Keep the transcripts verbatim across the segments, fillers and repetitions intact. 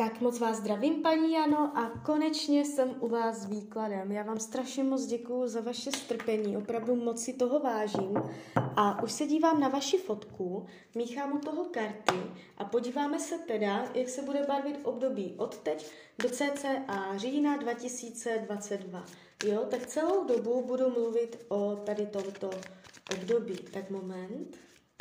Tak moc vás zdravím, paní Jano, a konečně jsem u vás s výkladem. Já vám strašně moc děkuju za vaše strpení, opravdu moc si toho vážím. A už se dívám na vaši fotku, míchám u toho karty a podíváme se teda, jak se bude barvit období od teď do cca října dva tisíce dvacet dva. Jo, tak celou dobu budu mluvit o tady tomto období. Tak moment.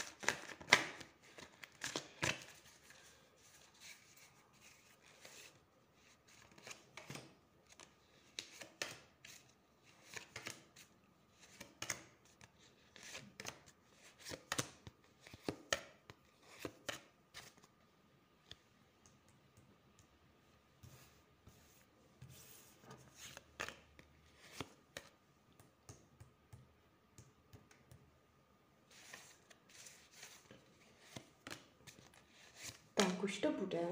Tak už to bude.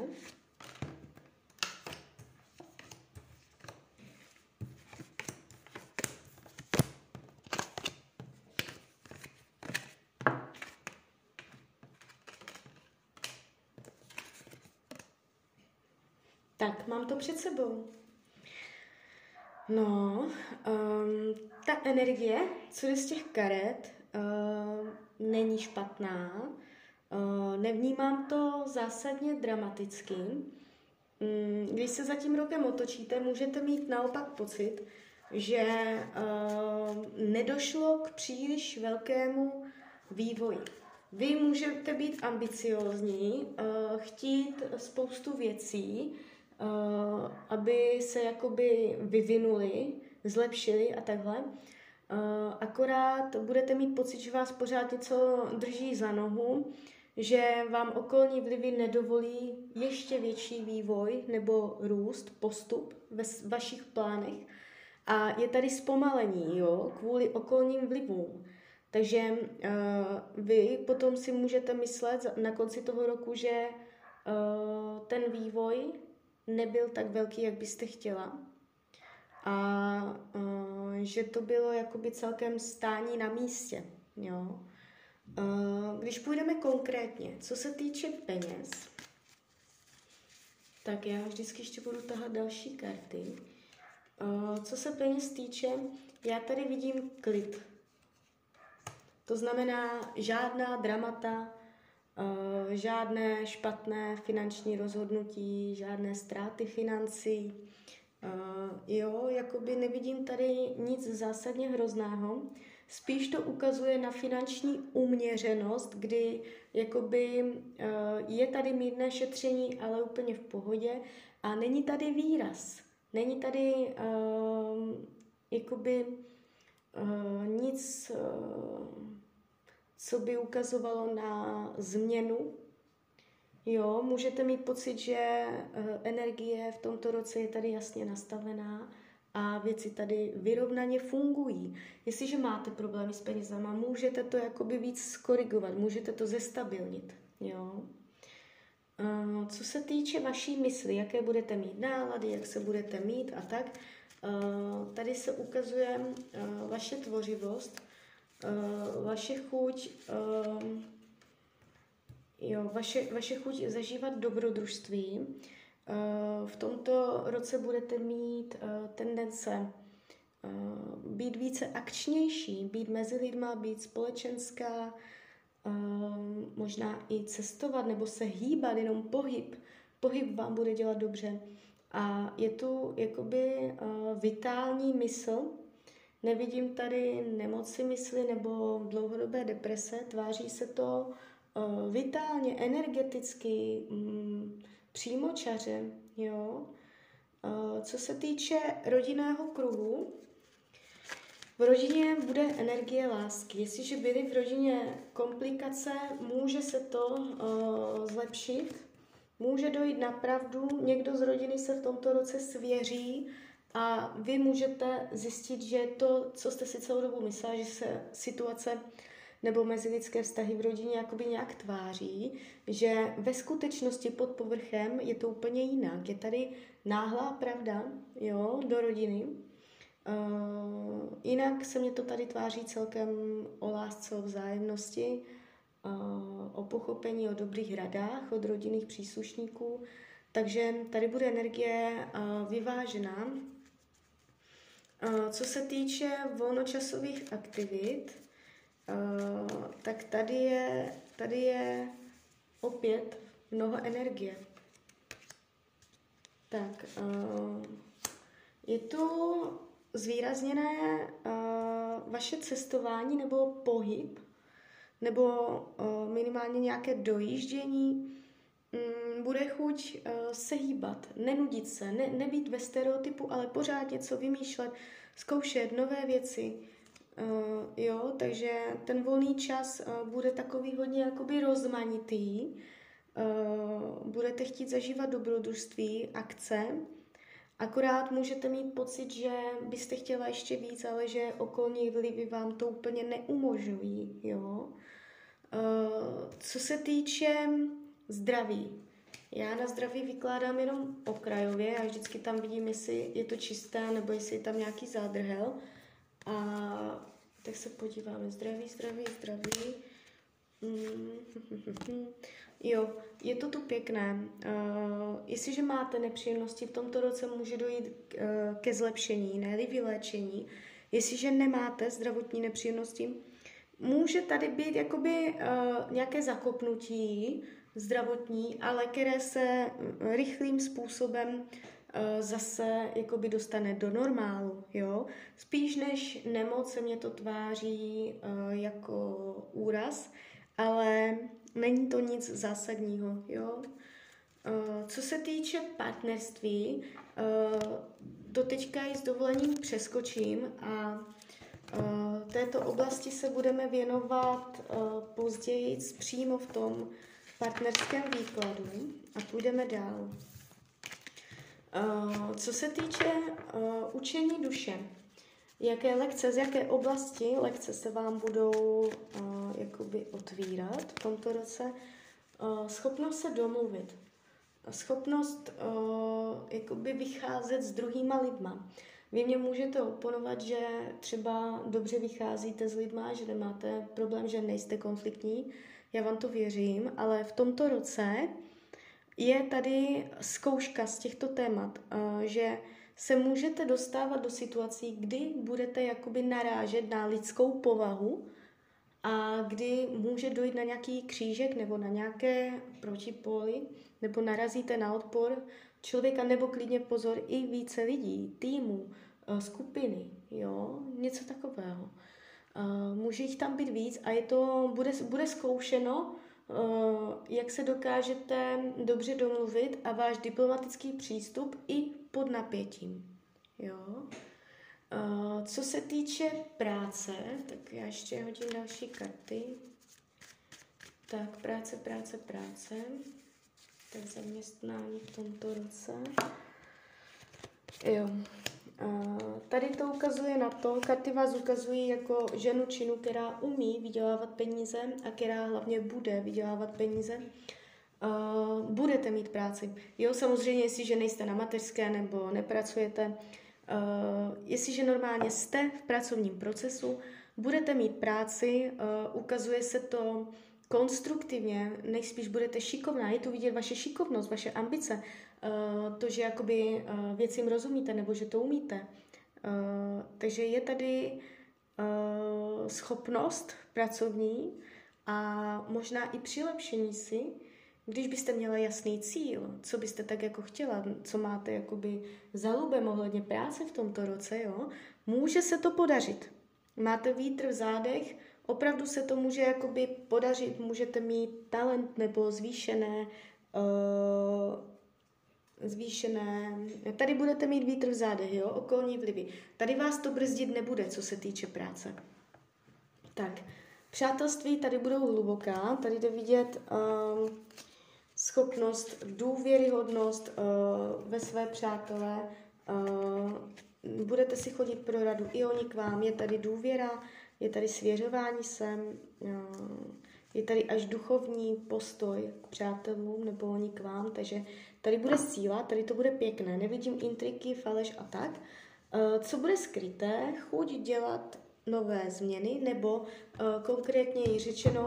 Tak, mám to před sebou. No, um, ta energie, co jde z těch karet, uh, není špatná. Uh, nevnímám to zásadně dramaticky. Um, když se za tím rokem otočíte, můžete mít naopak pocit, že uh, nedošlo k příliš velkému vývoji. Vy můžete být ambiciózní, uh, chtít spoustu věcí, Uh, aby se jakoby vyvinuli, zlepšili a takhle. Uh, akorát budete mít pocit, že vás pořád něco drží za nohu, že vám okolní vlivy nedovolí ještě větší vývoj nebo růst, postup ve vašich plánech. A je tady zpomalení, jo, kvůli okolním vlivům. Takže uh, vy potom si můžete myslet na konci toho roku, že uh, ten vývoj nebyl tak velký, jak byste chtěla. A uh, že to bylo jakoby celkem stání na místě. Jo. Uh, když půjdeme konkrétně, co se týče peněz, tak já vždycky ještě budu tahat další karty. Uh, co se peněz týče, já tady vidím klid. To znamená žádná dramata, Uh, žádné špatné finanční rozhodnutí, žádné ztráty financí. Uh, jo, jakoby nevidím tady nic zásadně hrozného. Spíš to ukazuje na finanční uměřenost, kdy jakoby uh, je tady mírné šetření, ale úplně v pohodě a není tady výraz. Není tady uh, jakoby uh, nic... Uh, co by ukazovalo na změnu. Jo, můžete mít pocit, že energie v tomto roce je tady jasně nastavená a věci tady vyrovnaně fungují. Jestliže máte problémy s penězama, můžete to jakoby víc skorigovat, můžete to zestabilnit. Jo. Co se týče vaší mysli, jaké budete mít nálady, jak se budete mít a tak, tady se ukazuje vaše tvořivost, Uh, vaše chuť, uh, jo, vaše, vaše chuť zažívat dobrodružství. Uh, v tomto roce budete mít uh, tendence uh, být více akčnější, být mezi lidma, být společenská, uh, možná i cestovat nebo se hýbat, jenom pohyb. Pohyb vám bude dělat dobře. A je tu jakoby uh, vitální mysl. Nevidím tady nemoci mysli nebo dlouhodobé deprese, tváří se to uh, vitálně, energeticky, um, přímočaře. Jo? Uh, co se týče rodinného kruhu, v rodině bude energie lásky. Jestliže byly v rodině komplikace, může se to uh, zlepšit, může dojít na pravdu, někdo z rodiny se v tomto roce svěří, a vy můžete zjistit, že to, co jste si celou dobu myslela, že se situace nebo mezilidské vztahy v rodině jakoby nějak tváří, že ve skutečnosti pod povrchem je to úplně jinak. Je tady náhlá pravda, jo, do rodiny. Uh, jinak se mě to tady tváří celkem o lásce, o vzájemnosti, uh, o pochopení, o dobrých radách od rodinných příslušníků. Takže tady bude energie uh, vyvážená. Uh, co se týče volnočasových aktivit, uh, tak tady je, tady je opět mnoho energie. Tak, uh, je tu zvýrazněné uh, vaše cestování nebo pohyb, nebo uh, minimálně nějaké dojíždění. Um, bude chuť uh, se hýbat, nenudit se, ne, nebýt ve stereotypu, ale pořád něco vymýšlet, zkoušet nové věci. Uh, jo, takže ten volný čas uh, bude takový hodně jakoby rozmanitý. Uh, budete chtít zažívat dobrodružství, akce. Akorát můžete mít pocit, že byste chtěla ještě víc, ale že okolní vlivy vám to úplně neumožňují. Jo? Uh, co se týče zdraví, já na zdraví vykládám jenom okrajově, já vždycky tam vidím, jestli je to čisté, nebo jestli je tam nějaký zádrhel. A tak se podíváme. Zdraví, zdraví, zdraví. Mm. Jo, je to tu pěkné. Uh, jestliže máte nepříjemnosti, v tomto roce může dojít k, uh, ke zlepšení, ne-li vyléčení. Jestliže nemáte zdravotní nepříjemnosti, může tady být jakoby uh, nějaké zakopnutí zdravotní, ale které se rychlým způsobem uh, zase jakoby dostane do normálu. Jo? Spíš než nemoc se mě to tváří uh, jako úraz, ale není to nic zásadního, jo. Uh, co se týče partnerství, uh, to teďka i s dovolením přeskočím a uh, této oblasti se budeme věnovat uh, později přímo v tom partnerském výkladu a půjdeme dál. Uh, co se týče uh, učení duše, jaké lekce, z jaké oblasti lekce se vám budou uh, jakoby otvírat v tomto roce? Uh, schopnost se domluvit, schopnost uh, jakoby vycházet s druhýma lidma. Vy mě můžete oponovat, že třeba dobře vycházíte s lidma, že nemáte problém, že nejste konfliktní. Já vám to věřím, ale v tomto roce je tady zkouška z těchto témat, uh, že se můžete dostávat do situací, kdy budete jakoby narážet na lidskou povahu a kdy může dojít na nějaký křížek nebo na nějaké protipóly, nebo narazíte na odpor člověka, nebo klidně pozor i více lidí, týmu, skupiny, jo, něco takového. Může jich tam být víc a je to, bude, bude zkoušeno, jak se dokážete dobře domluvit a váš diplomatický přístup i pod napětím. Jo. Co se týče práce, tak já ještě hodím další karty. Tak, práce, práce, práce. Tak zaměstnání v tomto roce. Jo. Tady to ukazuje na to, karty vás ukazují jako ženu činu, která umí vydělávat peníze a která hlavně bude vydělávat peníze. Uh, budete mít práci. Jo, samozřejmě, jestliže nejste na mateřské nebo nepracujete, uh, jestliže normálně jste v pracovním procesu, budete mít práci, uh, ukazuje se to konstruktivně, nejspíš budete šikovná, je tu vidět vaše šikovnost, vaše ambice, uh, to, že jakoby uh, věcím rozumíte nebo že to umíte. Uh, takže je tady uh, schopnost pracovní a možná i přilepšení si, když byste měla jasný cíl, co byste tak jako chtěla, co máte jakoby za lubem ohledně práce v tomto roce, jo, může se to podařit. Máte vítr v zádech, opravdu se to může jakoby podařit, můžete mít talent nebo zvýšené, uh, zvýšené, tady budete mít vítr v zádech, jo, okolní vlivy. Tady vás to brzdit nebude, co se týče práce. Tak, přátelství tady budou hluboká, tady jde vidět um, schopnost, důvěryhodnost uh, ve své přátelé, uh, budete si chodit pro radu, i oni k vám, je tady důvěra, je tady svěřování se, uh, je tady až duchovní postoj k přátelům nebo oni k vám, takže tady bude síla, tady to bude pěkné, nevidím intriky, faleš a tak. Uh, co bude skryté? Chuť dělat nové změny, nebo uh, konkrétněji řečeno,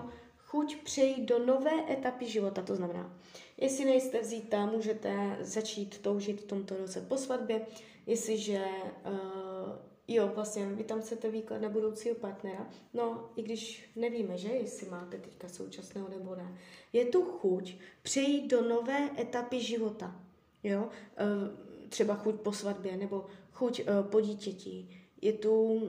chuť přejít do nové etapy života, to znamená, jestli nejste vzítá, můžete začít toužit v tomto roce po svatbě, jestliže uh, jo, vlastně vy tam chcete výklad na budoucího partnera, no i když nevíme, že, jestli máte teďka současného nebo ne, je tu chuť přejít do nové etapy života, jo, uh, třeba chuť po svatbě nebo chuť uh, po dítěti, je tu, uh,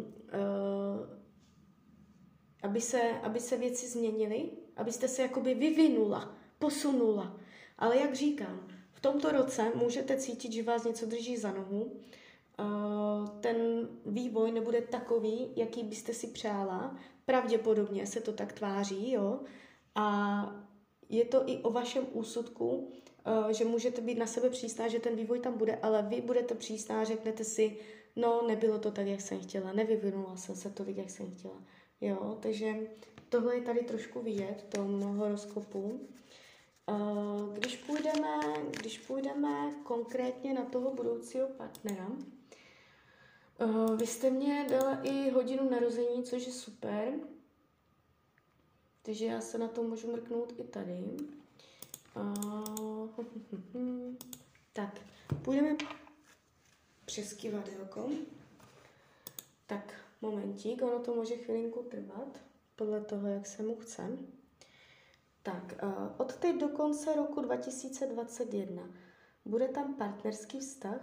aby se, aby se věci změnily, abyste se jakoby vyvinula, posunula. Ale jak říkám, v tomto roce můžete cítit, že vás něco drží za nohu, uh, ten vývoj nebude takový, jaký byste si přála, pravděpodobně se to tak tváří, jo, a je to i o vašem úsudku, uh, že můžete být na sebe přísná, že ten vývoj tam bude, ale vy budete přísná, řeknete si, no, nebylo to tak, jak jsem chtěla, nevyvinula jsem se tolik, jak jsem chtěla. Jo, takže tohle je tady trošku vidět, to mnoho horoskopu. Uh, když půjdeme, když půjdeme konkrétně na toho budoucího partnera, uh, vy jste mě dala i hodinu narození, což je super. Takže já se na to můžu mrknout i tady. Uh, tak, půjdeme přes kivadélko. Tak, momentík, ono to může chvilinku trvat, podle toho, jak se mu chce. Tak, uh, od teď do konce roku dva tisíce dvacet jedna bude tam partnerský vztah?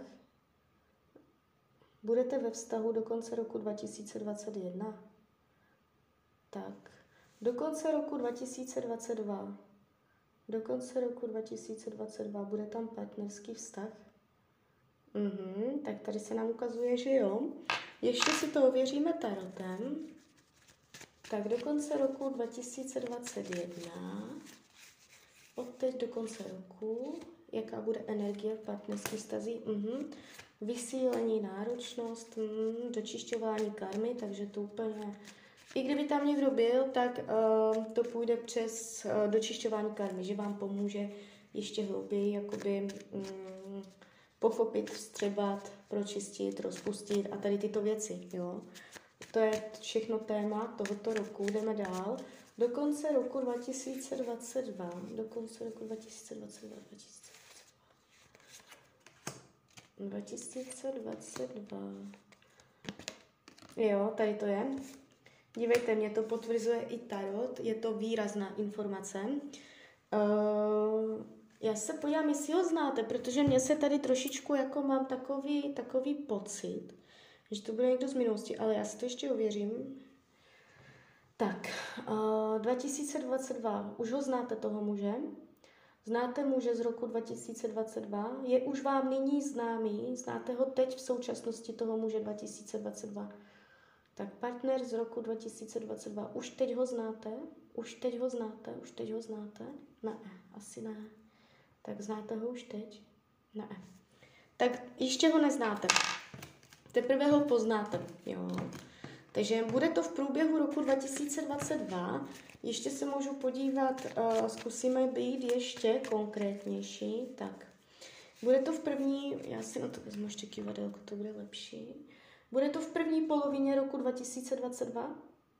Budete ve vztahu do konce roku dva tisíce dvacet jedna? Tak, do konce roku dva tisíce dvacet dva. Do konce roku dva tisíce dvacet dva bude tam partnerský vztah? Mhm, tak tady se nám ukazuje, že jo. Ještě si to ověříme tarotem. Tak do konce roku dva tisíce dvacet jedna, od teď do konce roku, jaká bude energie v partnerských vztazích? Mhm. Vysílení, náročnost, mhm. dočišťování karmy, takže to úplně... I kdyby tam někdo byl, tak uh, to půjde přes uh, dočišťování karmy, že vám pomůže ještě hlouběji jakoby... Um, pochopit, vstřebat, pročistit, rozpustit a tady tyto věci, jo. To je všechno téma tohoto roku, jdeme dál. Do konce roku dva tisíce dvacet dva, do konce roku dva tisíce dvacet dva, dva tisíce dvacet dva. Jo, tady to je. Dívejte, mě to potvrzuje i tarot, je to výrazná informace. Uh, Já se podívám, jestli ho znáte, protože mě se tady trošičku jako mám takový, takový pocit, že to bude někdo z minulosti, ale já si to ještě ověřím. Tak, uh, dva tisíce dvacet dva, už ho znáte toho muže? Znáte muže z roku dva tisíce dvacet dva? Je už vám nyní známý? Znáte ho teď v současnosti toho muže dva tisíce dvacet dva? Tak partner z roku dva tisíce dvacet dva, už teď ho znáte? Už teď ho znáte? Už teď ho znáte? Ne, asi ne. Tak znáte ho už teď? Ne. Tak ještě ho neznáte. Teprve ho poznáte. Jo. Takže bude to v průběhu roku dva tisíce dvacet dva. Ještě se můžu podívat, uh, zkusíme být ještě konkrétnější. Tak. Bude to v první, já si na to vezmu ještě kivadelko, to bude lepší. Bude to v první polovině roku dva tisíce dvacet dva?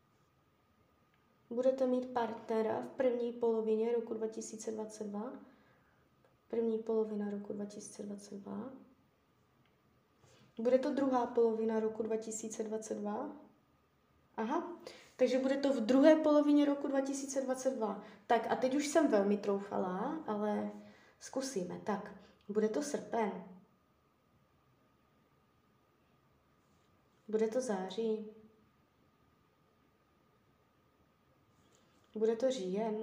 Budete mít partnera v první polovině roku dva tisíce dvacet dva? První polovina roku dva tisíce dvacet dva. Bude to druhá polovina roku dva tisíce dvacet dva. Aha, takže bude to v druhé polovině roku dva tisíce dvacet dva. Tak a teď už jsem velmi troufalá, ale zkusíme. Tak, bude to srpen. Bude to září. Bude to říjen.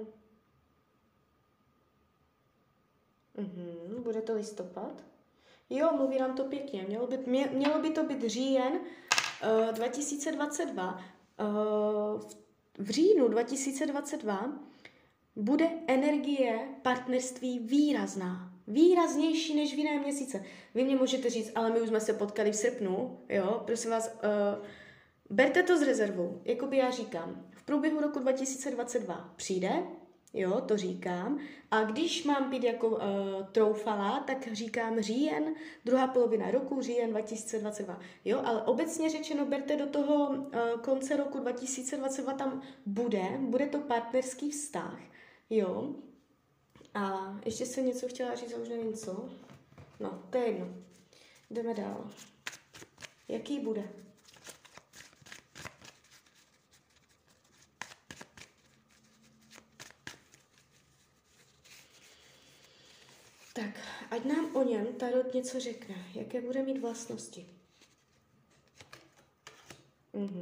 Mhm, bude to listopad. Jo, mluví nám to pěkně. Mělo by, mě, mělo by to být říjen uh, dva tisíce dvacet dva. Uh, v, v říjnu dva tisíce dvacet dva bude energie partnerství výrazná. Výraznější než v jiné měsíce. Vy mě můžete říct, ale my už jsme se potkali v srpnu. Jo, prosím vás, uh, berte to s rezervou. Jakoby já říkám, v průběhu roku dva tisíce dvacet dva přijde, Jo, to říkám. A když mám být jako uh, troufalá, tak říkám říjen, druhá polovina roku, říjen dva tisíce dvacet dva. Jo, ale obecně řečeno, berte do toho uh, konce roku dva tisíce dvacet dva tam bude, bude to partnerský vztah. Jo. A ještě jsem něco chtěla říct, a už nevím co. No, to je jedno. Jdeme dál. Jaký bude? Tak, ať nám o něm tarot něco řekne. Jaké bude mít vlastnosti? Mhm.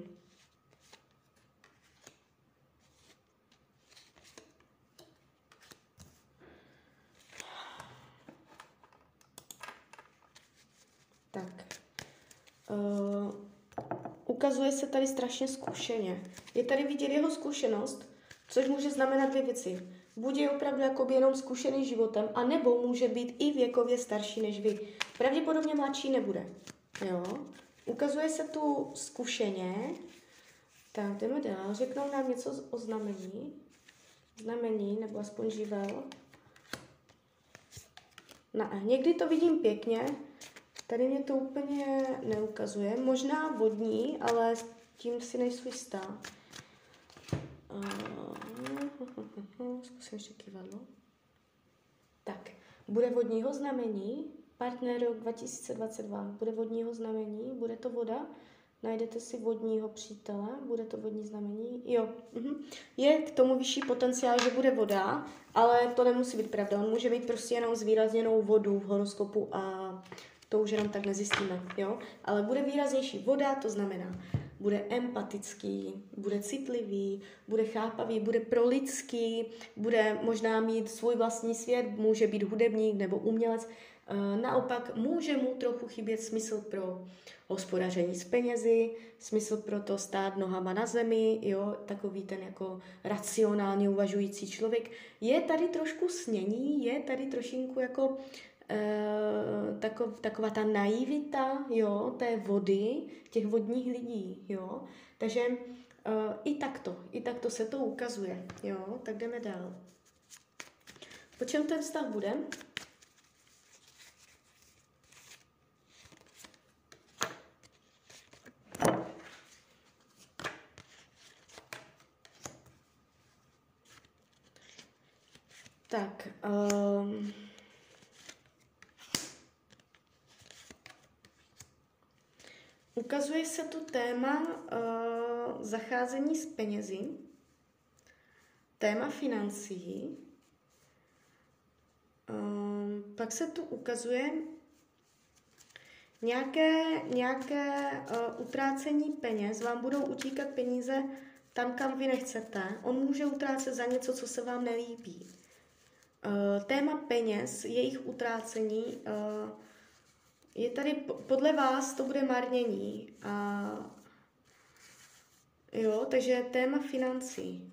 Tak. Uh, ukazuje se tady strašně zkušeně. Je tady vidět jeho zkušenost, což může znamenat dvě věci. Buď je opravdu jakoby jenom zkušený životem, anebo může být i věkově starší než vy. Pravděpodobně mladší nebude. Jo? Ukazuje se tu zkušeně. Tak, jdeme dál. Řeknou nám něco o znamení. Znamení, nebo aspoň živel. No, někdy to vidím pěkně. Tady mě to úplně neukazuje. Možná vodní, ale tím si nejsou jistá. Uh, zkusím ještě kývadlo. Tak, bude vodního znamení. Partner rok dva tisíce dvacet dva. Bude vodního znamení. Bude to voda. Najdete si vodního přítele. Bude to vodní znamení. Jo. Uh-huh. Je k tomu vyšší potenciál, že bude voda, ale to nemusí být pravda. On může být prostě jenom zvýrazněnou vodu v horoskopu a to už jenom tak nezjistíme, jo? Ale bude výraznější voda, to znamená, bude empatický, bude citlivý, bude chápavý, bude prolidský, bude možná mít svůj vlastní svět, může být hudebník nebo umělec. E, naopak může mu trochu chybět smysl pro hospodaření s penězi, smysl pro to stát nohama na zemi, jo? Takový ten jako racionálně uvažující člověk. Je tady trošku snění, je tady trošinku jako Uh, takov, taková ta naivita, jo, té vody, těch vodních lidí, jo. Takže uh, i takto, i takto se to ukazuje, jo. Tak jdeme dál. Po čem ten vztah bude? Tak, um, ukazuje se tu téma uh, zacházení s penězi, téma financí, um, pak se tu ukazuje nějaké, nějaké uh, utrácení peněz, vám budou utíkat peníze tam, kam vy nechcete. On může utrácet za něco, co se vám nelíbí. Uh, téma peněz, jejich utrácení, uh, je tady, podle vás to bude marnění. A jo, takže téma financí.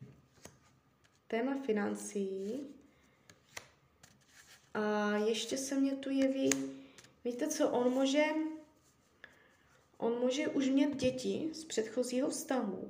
Téma financí. A ještě se mě tu jeví, víte co, on může, on může už mít děti z předchozího vztahu.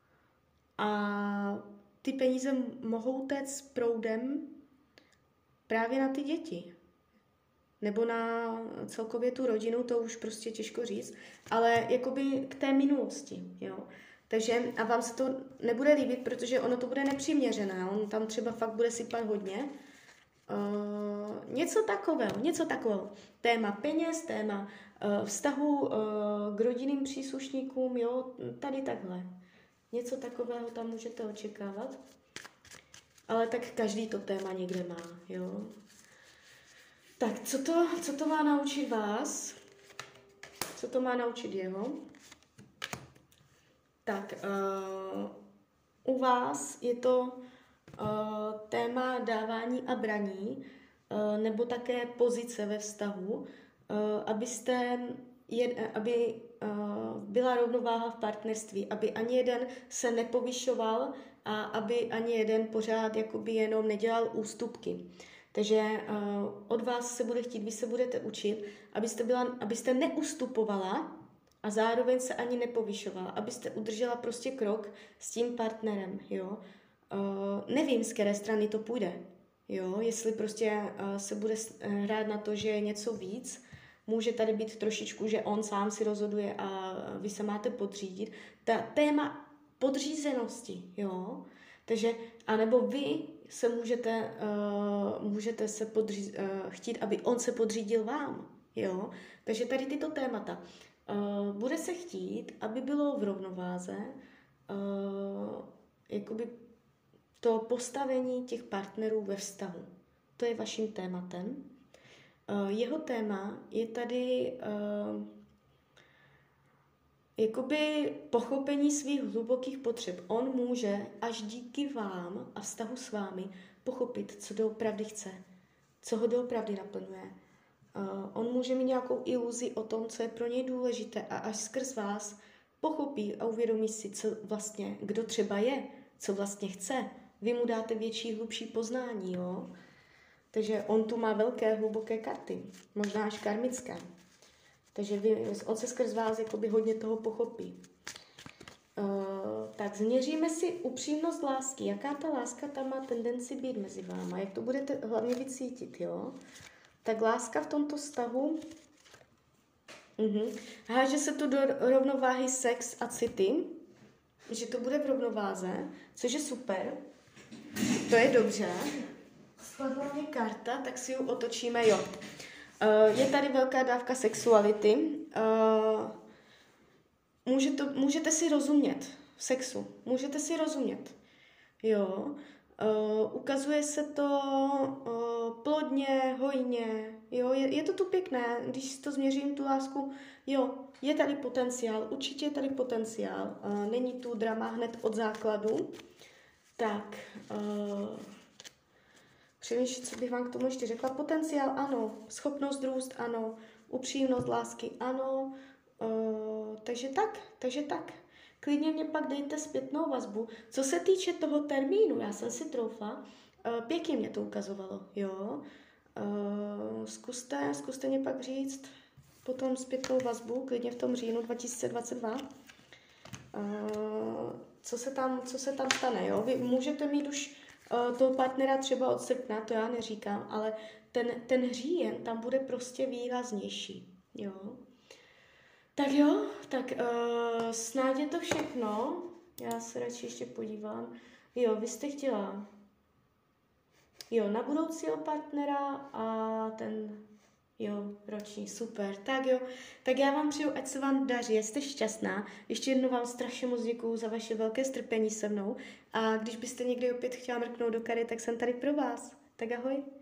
A ty peníze mohou téct proudem právě na ty děti. Nebo na celkově tu rodinu, to už prostě těžko říct, ale jakoby k té minulosti, jo. Takže, a vám se to nebude líbit, protože ono to bude nepřiměřené, on tam třeba fakt bude sypat hodně. Uh, něco takového, něco takového. Téma peněz, téma uh, vztahu uh, k rodinným příslušníkům, jo, tady takhle. Něco takového tam můžete očekávat. Ale tak každý to téma někde má, jo. Tak, co to, co to má naučit vás? Co to má naučit jeho? Tak, uh, u vás je to uh, téma dávání a braní, uh, nebo také pozice ve vztahu, uh, abyste, je, aby uh, byla rovnováha v partnerství, aby ani jeden se nepovyšoval a aby ani jeden pořád jakoby jenom nedělal ústupky. Takže uh, od vás se bude chtít, vy se budete učit, abyste, byla, abyste neustupovala a zároveň se ani nepovyšovala, abyste udržela prostě krok s tím partnerem, jo. Uh, nevím, z které strany to půjde. Jo, jestli prostě uh, se bude hrát na to, že je něco víc, může tady být trošičku, že on sám si rozhoduje a vy se máte podřídit. Ta téma podřízenosti, jo, takže, anebo vy se můžete, uh, můžete se podří, uh, chtít, aby on se podřídil vám, jo, takže tady tyto témata. Uh, bude se chtít, aby bylo v rovnováze uh, jakoby to postavení těch partnerů ve vztahu. To je vaším tématem. Uh, jeho téma je tady uh, jakoby pochopení svých hlubokých potřeb. On může až díky vám a vztahu s vámi pochopit, co doopravdy chce, co ho doopravdy naplňuje. Uh, on může mít nějakou iluzi o tom, co je pro něj důležité a až skrz vás pochopí a uvědomí si, co vlastně, kdo třeba je, co vlastně chce. Vy mu dáte větší, hlubší poznání, jo? Takže on tu má velké, hluboké karty, možná až karmické. Takže vy, on se skrz vás jakoby hodně toho pochopí. Uh, tak změříme si upřímnost lásky. Jaká ta láska tam má tendenci být mezi váma? Jak to budete hlavně vycítit, jo? Tak láska v tomto vztahu uh-huh. háže se tu do rovnováhy sex a city, že to bude v rovnováze, což je super. To je dobře. Spadla mě karta, tak si ji otočíme, jo. Uh, je tady velká dávka sexuality. Uh, můžete, můžete si rozumět v sexu. Můžete si rozumět. Jo. Uh, ukazuje se to uh, plodně, hojně. Jo. Je, je to tu pěkné, když to změřím, tu lásku. Jo, je tady potenciál. Určitě je tady potenciál. Uh, není tu drama hned od základu. Tak... Uh, Přemýšlím, co bych vám k tomu ještě řekla. Potenciál, ano. Schopnost růst, ano. Upřímnost lásky, ano. Uh, takže tak, takže tak. Klidně mě pak dejte zpětnou vazbu. Co se týče toho termínu, já jsem si troufla, uh, pěkně mě to ukazovalo, jo. Uh, zkuste, zkuste mě pak říct potom zpětnou vazbu, klidně v tom říjnu dva tisíce dvacet dva. Uh, co se tam, co se tam stane, jo. Vy můžete mít už toho partnera třeba od srpna, to já neříkám, ale ten, ten říjen tam bude prostě výraznější, jo. Tak jo, tak uh, snad je to všechno. Já se radši ještě podívám. Jo, vy jste chtěla jo, na budoucího partnera a ten jo, roční, super. Tak jo, tak já vám přeju, ať se vám daří, jste šťastná. Ještě jednou vám strašně moc děkuju za vaše velké strpení se mnou a když byste někdy opět chtěla mrknout do kary, tak jsem tady pro vás. Tak ahoj.